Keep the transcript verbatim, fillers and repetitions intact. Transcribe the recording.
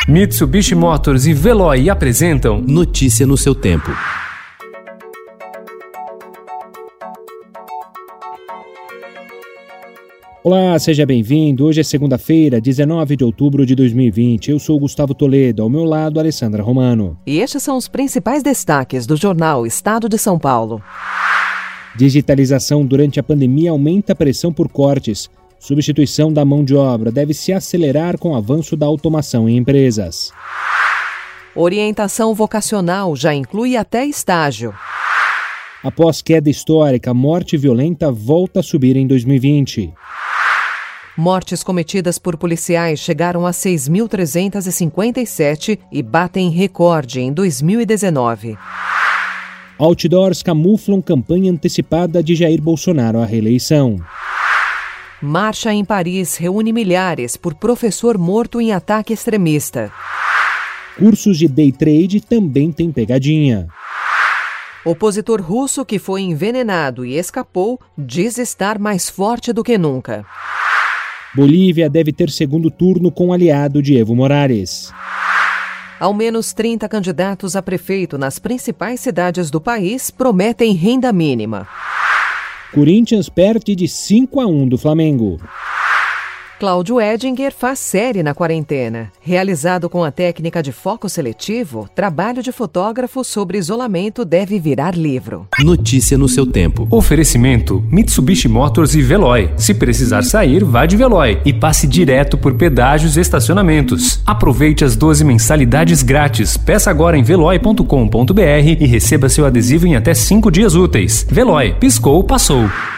Mitsubishi Motors e Veloy apresentam Notícia no seu tempo. Olá, seja bem-vindo. Hoje é segunda-feira, dezenove de outubro de dois mil e vinte. Eu sou Gustavo Toledo, ao meu lado, Alessandra Romano. E estes são os principais destaques do jornal Estado de São Paulo. Digitalização durante a pandemia aumenta a pressão por cortes. Substituição da mão de obra deve se acelerar com o avanço da automação em empresas. Orientação vocacional já inclui até estágio. Após queda histórica, morte violenta volta a subir em dois mil e vinte. Mortes cometidas por policiais chegaram a seis mil trezentos e cinquenta e sete e batem recorde em dois mil e dezenove. Outdoors camuflam campanha antecipada de Jair Bolsonaro à reeleição. Marcha em Paris reúne milhares por professor morto em ataque extremista. Cursos de day trade também têm pegadinha. Opositor russo que foi envenenado e escapou diz estar mais forte do que nunca. Bolívia deve ter segundo turno com aliado de Evo Morales. Ao menos trinta candidatos a prefeito nas principais cidades do país prometem renda mínima. Corinthians perde de cinco a um do Flamengo. Cláudio Edinger faz série na quarentena. Realizado com a técnica de foco seletivo, trabalho de fotógrafo sobre isolamento deve virar livro. Notícia no seu tempo. Oferecimento Mitsubishi Motors e Veloy. Se precisar sair, vá de Veloy e passe direto por pedágios e estacionamentos. Aproveite as doze mensalidades grátis. Peça agora em veloy ponto com ponto br e receba seu adesivo em até cinco dias úteis. Veloy, piscou, passou.